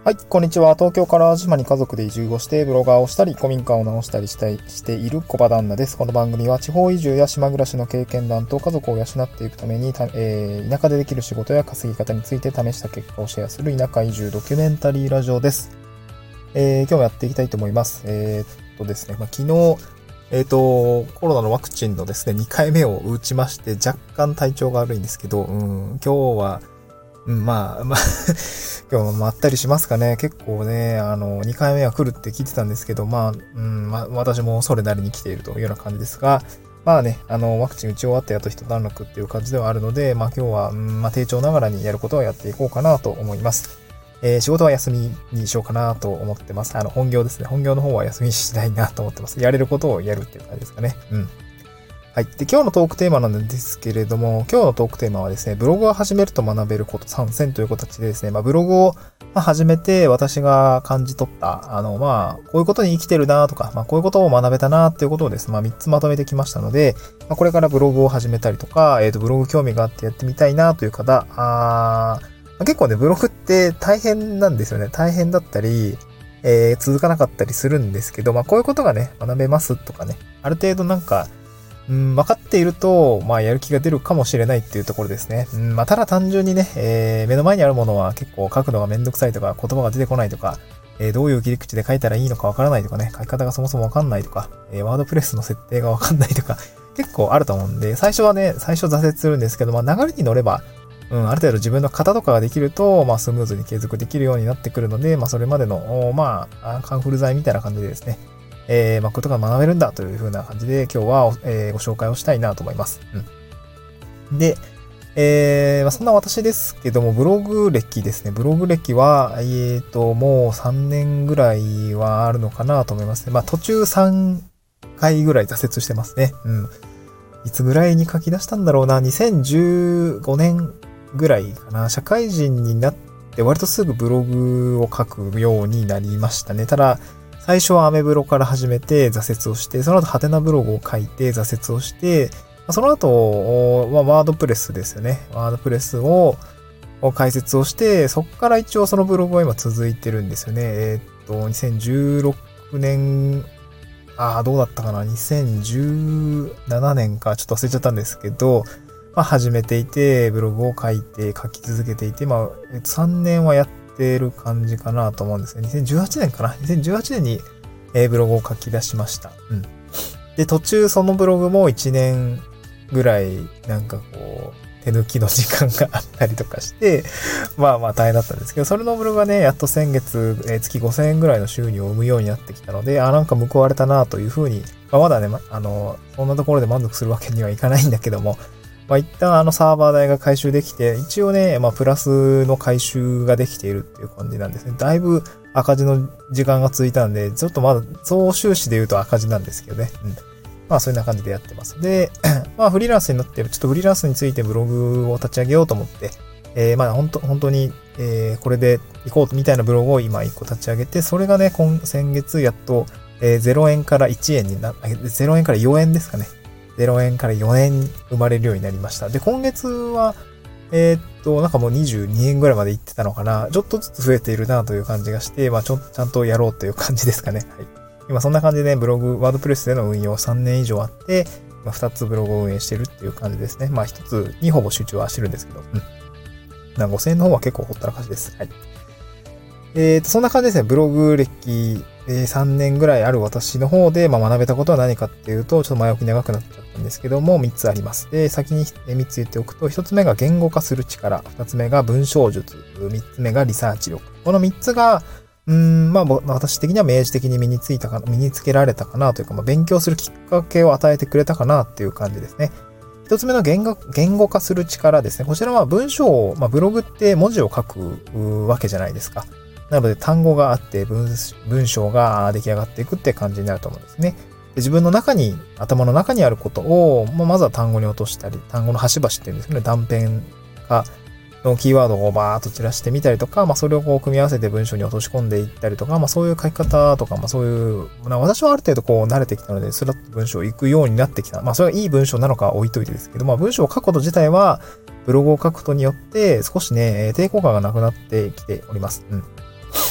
はい、こんにちは。東京から島に家族で移住をして、ブロガーをしたり、古民家を直したりしている小場旦那です。この番組は地方移住や島暮らしの経験談と家族を養っていくために、田舎でできる仕事や稼ぎ方について試した結果をシェアする田舎移住ドキュメンタリーラジオです。今日もやっていきたいと思います。ですね、昨日、コロナのワクチンのですね、2回目を打ちまして、若干体調が悪いんですけど、今日は、今日もまったりしますかね。結構ね、2回目は来るって聞いてたんですけど、私もそれなりに来ているというような感じですが、ワクチン打ち終わってやっと一段落っていう感じではあるので、今日は、低調ながらにやることをやっていこうかなと思います。仕事は休みにしようかなと思ってます。本業ですね。本業の方は休みしないなと思ってます。やれることをやるっていう感じですかね。はい。で、今日のトークテーマなんですけれども、今日のトークテーマはですね、ブログを始めると学べること参戦という形でですね、ブログを始めて私が感じ取った、こういうことに生きてるなとか、こういうことを学べたなっていうことをですね、3つまとめてきましたので、これからブログを始めたりとか、ブログ興味があってやってみたいなという方、結構ね、ブログって大変なんですよね。大変だったり、続かなかったりするんですけど、こういうことがね、学べますとかね、ある程度分かっていると、やる気が出るかもしれないっていうところですね。ただ単純にね、目の前にあるものは結構書くのがめんどくさいとか、言葉が出てこないとか、どういう切り口で書いたらいいのかわからないとかね、書き方がそもそもわかんないとか、ワードプレスの設定がわかんないとか、結構あると思うんで、最初挫折するんですけど、流れに乗れば、ある程度自分の型とかができると、スムーズに継続できるようになってくるので、それまでの、カンフル剤みたいな感じでですね、ことが学べるんだという風な感じで今日は、ご紹介をしたいなと思います。で、そんな私ですけども、ブログ歴ですね。ブログ歴は、もう3年ぐらいはあるのかなと思いますね。途中3回ぐらい挫折してますね。いつぐらいに書き出したんだろうな。2015年ぐらいかな。社会人になって割とすぐブログを書くようになりましたね。ただ、最初はアメブロから始めて挫折をして、その後ハテナブログを書いて挫折をして、その後、ワードプレスですよね。ワードプレスを解説をして、そこから一応そのブログは今続いてるんですよね。2016年、どうだったかな ?2017 年か、ちょっと忘れちゃったんですけど、始めていて、ブログを書き続けていて、3年はやってる感じかなと思うんですが、2018年かな ?2018 年に、ブログを書き出しました。で、途中そのブログも1年ぐらい、手抜きの時間があったりとかして、大変だったんですけど、それのブログがね、やっと先月、月5000円ぐらいの収入を生むようになってきたので、報われたなというふうに、まだね、そんなところで満足するわけにはいかないんだけども、一旦サーバー代が回収できて、一応ね、プラスの回収ができているっていう感じなんですね。だいぶ赤字の時間が続いたんで、ちょっとまだ総収支で言うと赤字なんですけどね。そんな感じでやってます。で、フリーランスになってる、ちょっとフリーランスについてブログを立ち上げようと思って、本当に、これで行こうみたいなブログを今1個立ち上げて、それがね、先月やっと、0円から1円に0円から4円ですかね。0円から4円生まれるようになりました。で、今月は、もう22円ぐらいまで行ってたのかな。ちょっとずつ増えているなという感じがして、ちゃんとやろうという感じですかね。はい。今そんな感じでブログ、ワードプレスでの運用3年以上あって、2つブログを運営してるっていう感じですね。1つにほぼ集中はしてるんですけど。5000円の方は結構ほったらかしです。はい。そんな感じですね。ブログ歴、3年ぐらいある私の方で、学べたことは何かっていうと、ちょっと前置き長くなっちゃったんですけども、3つあります。で、先に3つ言っておくと、1つ目が言語化する力、2つ目が文章術、3つ目がリサーチ力。この3つが、私的には明示的に身につけられたかなというか、勉強するきっかけを与えてくれたかなっていう感じですね。1つ目の言語化する力ですね。こちらは文章を、ブログって文字を書くわけじゃないですか。なので単語があって文章が出来上がっていくって感じになると思うんですね。で自分の頭の中にあることを、まずは単語に落としたり、単語の端々っていうんですけどね、断片のキーワードをバーっと散らしてみたりとか、それを組み合わせて文章に落とし込んでいったりとか、そういう書き方とか、そういう、私はある程度慣れてきたので、スラッと文章を行くようになってきた。それがいい文章なのかは置いといてですけど、文章を書くこと自体は、ブログを書くことによって、少しね、抵抗感がなくなってきております。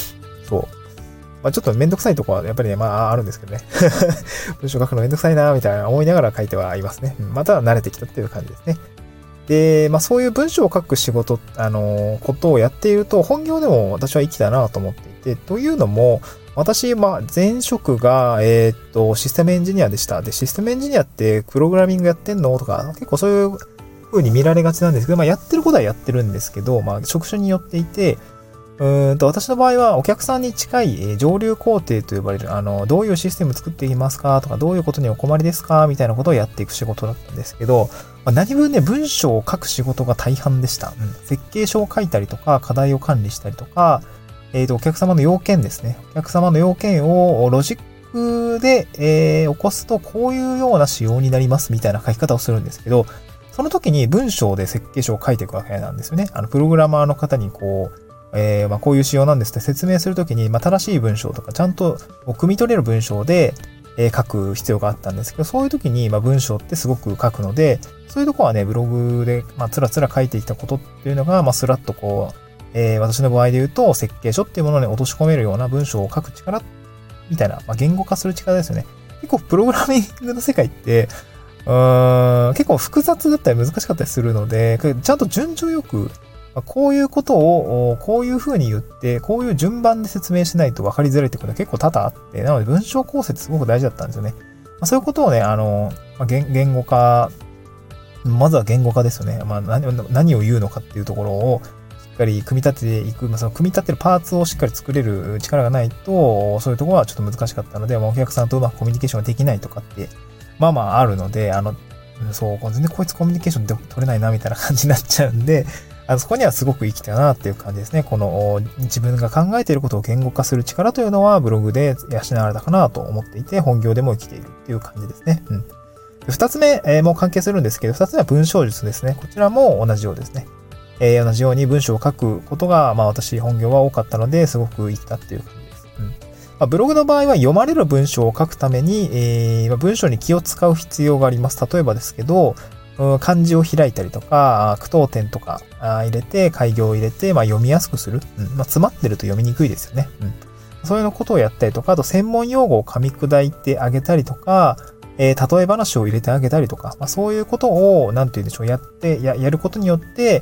と、ちょっとめんどくさいとこはやっぱりね、あるんですけどね。文章書くのめんどくさいなみたいな思いながら書いてはいますね。また慣れてきたっていう感じですね。で、そういう文章を書く仕事、ことをやっていると、本業でも私は生きたなと思っていて、というのも、私、前職が、システムエンジニアでした。で、システムエンジニアってプログラミングやってんのとか、結構そういう風に見られがちなんですけど、やってることはやってるんですけど、職種によっていて、私の場合はお客さんに近い上流工程と呼ばれる、どういうシステム作っていきますかとか、どういうことにお困りですかみたいなことをやっていく仕事だったんですけど、何分ね、文章を書く仕事が大半でした。設計書を書いたりとか、課題を管理したりとか、お客様の要件ですね。お客様の要件をロジックで、起こすと、こういうような仕様になりますみたいな書き方をするんですけど、その時に文章で設計書を書いていくわけなんですよね。プログラマーの方にこういう仕様なんですって説明するときに、正しい文章とか、ちゃんと汲み取れる文章で、書く必要があったんですけど、そういう時に、文章ってすごく書くので、そういうとこはね、ブログで、つらつら書いていたことっていうのが、スラッとこう、私の場合で言うと、設計書っていうものに落とし込めるような文章を書く力、みたいな、言語化する力ですよね。結構、プログラミングの世界って、結構複雑だったり難しかったりするので、ちゃんと順序よく、こういうことを、こういう風に言って、こういう順番で説明しないと分かりづらいってことが結構多々あって、なので文章構成ってすごく大事だったんですよね。そういうことをね、言語化、まずは言語化ですよね。何を言うのかっていうところをしっかり組み立てていく、その組み立てるパーツをしっかり作れる力がないと、そういうところはちょっと難しかったので、お客さんとうまくコミュニケーションができないとかって、あるので、そう、全然こいつコミュニケーション取れないな、みたいな感じになっちゃうんで、そこにはすごく生きたなっていう感じですね。この自分が考えていることを言語化する力というのはブログで養われたかなと思っていて、本業でも生きているっていう感じですね。二つ目、も関係するんですけど、二つ目は文章術ですね。こちらも同じようですね。同じように文章を書くことが、私本業は多かったので、すごく生きたっていう感じです。ブログの場合は読まれる文章を書くために、文章に気を使う必要があります。例えばですけど、漢字を開いたりとか、句読点とか入れて、開業を入れて、読みやすくする。詰まってると読みにくいですよね。そういうことをやったりとか、あと専門用語を噛み砕いてあげたりとか、例え話を入れてあげたりとか、そういうことを、やることによって、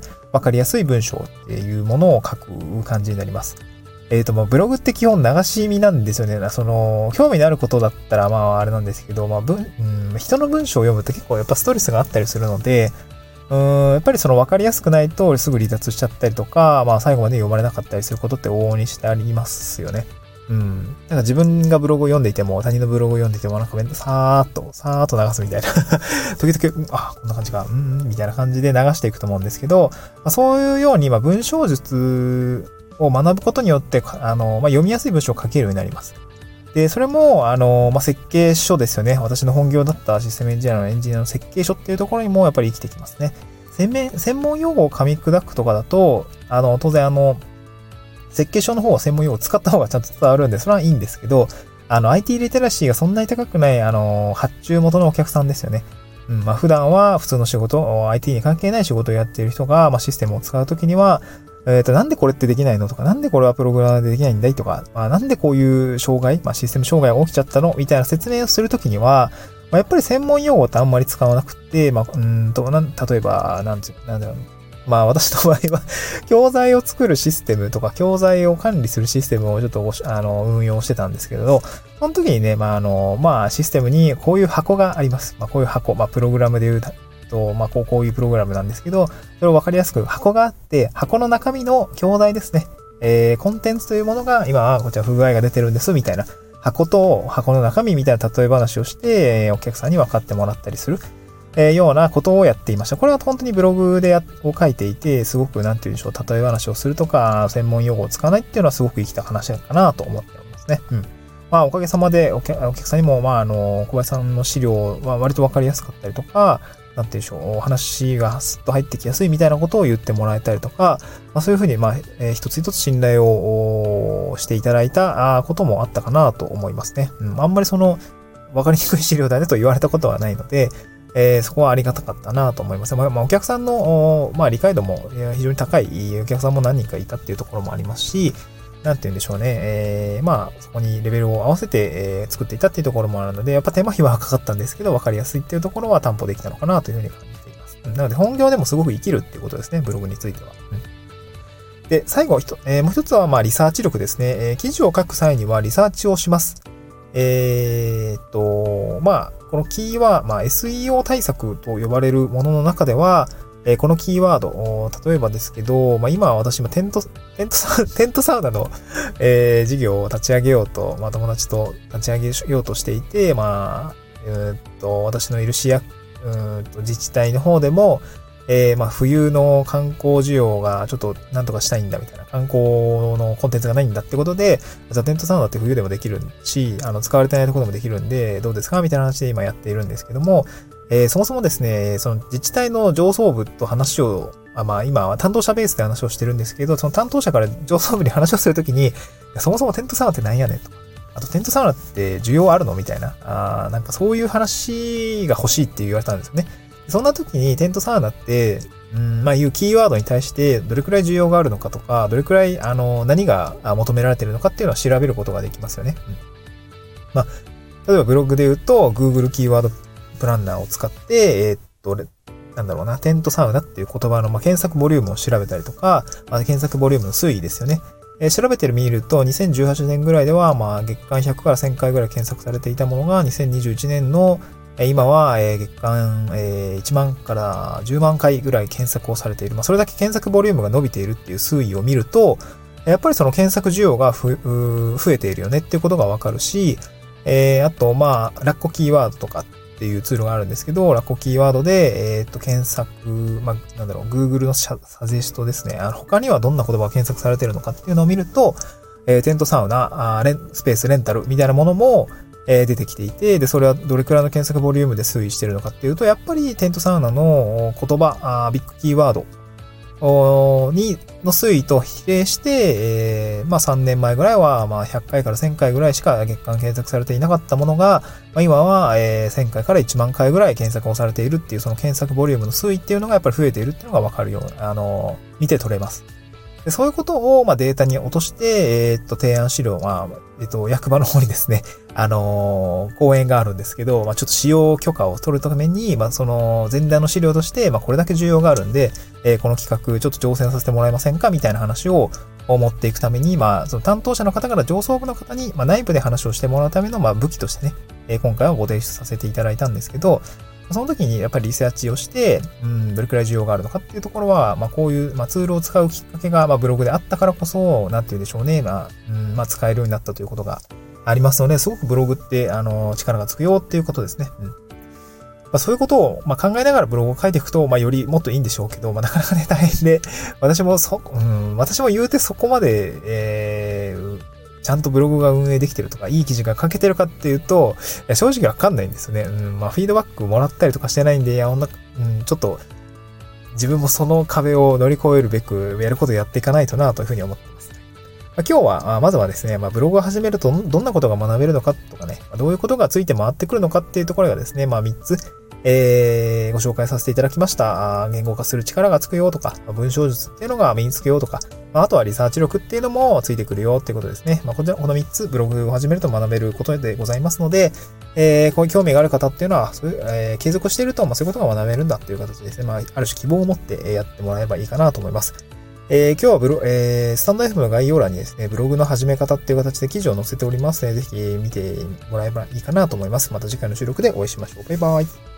わかりやすい文章っていうものを書く感じになります。ブログって基本流し見なんですよね。興味のあることだったら、あれなんですけど、人の文章を読むと結構やっぱストレスがあったりするので、やっぱり分かりやすくないとすぐ離脱しちゃったりとか、最後まで読まれなかったりすることって往々にしてありますよね。自分がブログを読んでいても、他人のブログを読んでいても、さーっと流すみたいな。時々、こんな感じか、みたいな感じで流していくと思うんですけど、そういうように、文章術を学ぶことによって、読みやすい文章を書けるようになります。で、それも、設計書ですよね。私の本業だったシステムエンジニアの設計書っていうところにもやっぱり生きてきますね。専門用語を噛み砕くとかだと、当然設計書の方は専門用語を使った方がちゃんと伝わるんで、それはいいんですけど、IT リテラシーがそんなに高くない、発注元のお客さんですよね。普段は普通の仕事、IT に関係ない仕事をやっている人が、システムを使うときには、なんでこれってできないのとか、なんでこれはプログラムでできないんだいとか、なんでこういう障害、システム障害が起きちゃったのみたいな説明をするときには、やっぱり専門用語ってあんまり使わなくて、例えば、私の場合は、教材を作るシステムとか、教材を管理するシステムをちょっと運用してたんですけれど、その時にね、システムにこういう箱があります。こういう箱、プログラムで言うと、こういうプログラムなんですけど、それを分かりやすく箱があって、箱の中身の教材ですね。コンテンツというものが、今はこちら不具合が出てるんです、みたいな。箱と箱の中身みたいな例え話をして、お客さんに分かってもらったりする。ようなことをやっていました。これは本当にブログでを書いていて、すごく例え話をするとか、専門用語を使わないっていうのはすごく生きた話かなと思っておりますね。おかげさまでお客さんにも、小林さんの資料は割とわかりやすかったりとか、話がスッと入ってきやすいみたいなことを言ってもらえたりとか、そういうふうに、一つ一つ信頼をしていただいたこともあったかなと思いますね。あんまりわかりにくい資料だねと言われたことはないので、そこはありがたかったなと思います。お客さんの、理解度も非常に高いお客さんも何人かいたっていうところもありますし、 なんて言うんでしょうね。まあ、そこにレベルを合わせて、作っていたっていうところもあるので、やっぱ手間暇はかかったんですけど、わかりやすいっていうところは担保できたのかなというふうに感じています。なので、本業でもすごく生きるっていうことですね、ブログについては。で、最後もう一つは、まあ、リサーチ力ですね。記事を書く際にはリサーチをします。まあ、このキーワード、まあ、SEO 対策と呼ばれるものの中では、このキーワード、例えばですけど、まあ、今私もテントサウナの、事業を立ち上げようと、まあ、友達と立ち上げようとしていて、まあ、私のいる市役、自治体の方でも、まあ、冬の観光需要がちょっとなんとかしたいんだみたいな、観光のコンテンツがないんだってことで、じゃあテントサウナって冬でもできるし、使われてないところでもできるんで、どうですかみたいな話で今やっているんですけども、そもそもですね、その自治体の上層部と話を、まあ今は担当者ベースで話をしてるんですけど、その担当者から上層部に話をするときに、そもそもテントサウナってなんやねんと。あとテントサウナって需要あるのみたいな、なんかそういう話が欲しいって言われたんですよね。そんな時にテントサウナって、まあいうキーワードに対してどれくらい需要があるのかとか、どれくらい、何が求められているのかっていうのを調べることができますよね。まあ、例えばブログで言うと、Google キーワードプランナーを使って、なんだろうな、テントサウナっていう言葉の、まあ、検索ボリュームを調べたりとか、まあ、検索ボリュームの推移ですよね。調べてみると、2018年ぐらいでは、まあ、月間100から1000回ぐらい検索されていたものが、2021年の今は、月間、1万から10万回ぐらい検索をされている。まあ、それだけ検索ボリュームが伸びているっていう推移を見ると、やっぱりその検索需要が増えているよねっていうことがわかるし、あと、まあ、ラッコキーワードとかっていうツールがあるんですけど、ラッコキーワードで、検索、まあ、なんだろう、Google のサジェストですね。他にはどんな言葉が検索されているのかっていうのを見ると、テントサウナ、スペースレンタルみたいなものも、出てきていて、で、それはどれくらいの検索ボリュームで推移しているのかっていうと、やっぱりテントサウナの言葉、ビッグキーワードの推移と比例して、まあ3年前ぐらいは、まあ100回から1000回ぐらいしか月間検索されていなかったものが、まあ、今は、1000回から1万回ぐらい検索をされているっていう、その検索ボリュームの推移っていうのがやっぱり増えているっていうのがわかるよう、見て取れます。でそういうことを、まあ、データに落として、提案資料、まあ、役場の方にですね、講演があるんですけど、まあ、ちょっと使用許可を取るために、まあ、その、前段の資料として、まあ、これだけ需要があるんで、この企画、ちょっと挑戦させてもらえませんかみたいな話を持っていくために、まあ、その担当者の方から上層部の方に、まあ、内部で話をしてもらうための、まあ、武器としてね、今回はご提出させていただいたんですけど、その時にやっぱりリサーチをして、どれくらい需要があるのかっていうところは、まあこういう、まあツールを使うきっかけが、まあブログであったからこそ、なんて言うんでしょうね。まあ、使えるようになったということがありますので、すごくブログって、力がつくよっていうことですね。まあ、そういうことを、まあ、考えながらブログを書いていくと、まあ、よりもっといいんでしょうけど、まあ、なかなかね、大変で、私も言うてそこまで、ちゃんとブログが運営できてるとか、いい記事が書けてるかっていうと、正直わかんないんですよね。まあ、フィードバックもらったりとかしてないんで、ちょっと、自分もその壁を乗り越えるべく、やることをやっていかないとな、というふうに思ってます。まあ、今日は、まずはですね、まあ、ブログを始めると、どんなことが学べるのかとかね、どういうことがついて回ってくるのかっていうところがですね、まあ、3つ、ご紹介させていただきました。言語化する力がつくよとか、文章術っていうのが身につくよとか、あとはリサーチ力っていうのもついてくるよっていうことですね。まあ、この3つブログを始めると学べることでございますので、こういう興味がある方っていうのは、継続していると、まあ、そういうことが学べるんだっていう形ですね。まあ、ある種希望を持ってやってもらえばいいかなと思います。今日はスタンド F の概要欄にですね、ブログの始め方っていう形で記事を載せておりますので、ぜひ見てもらえばいいかなと思います。また次回の収録でお会いしましょう。バイバイ。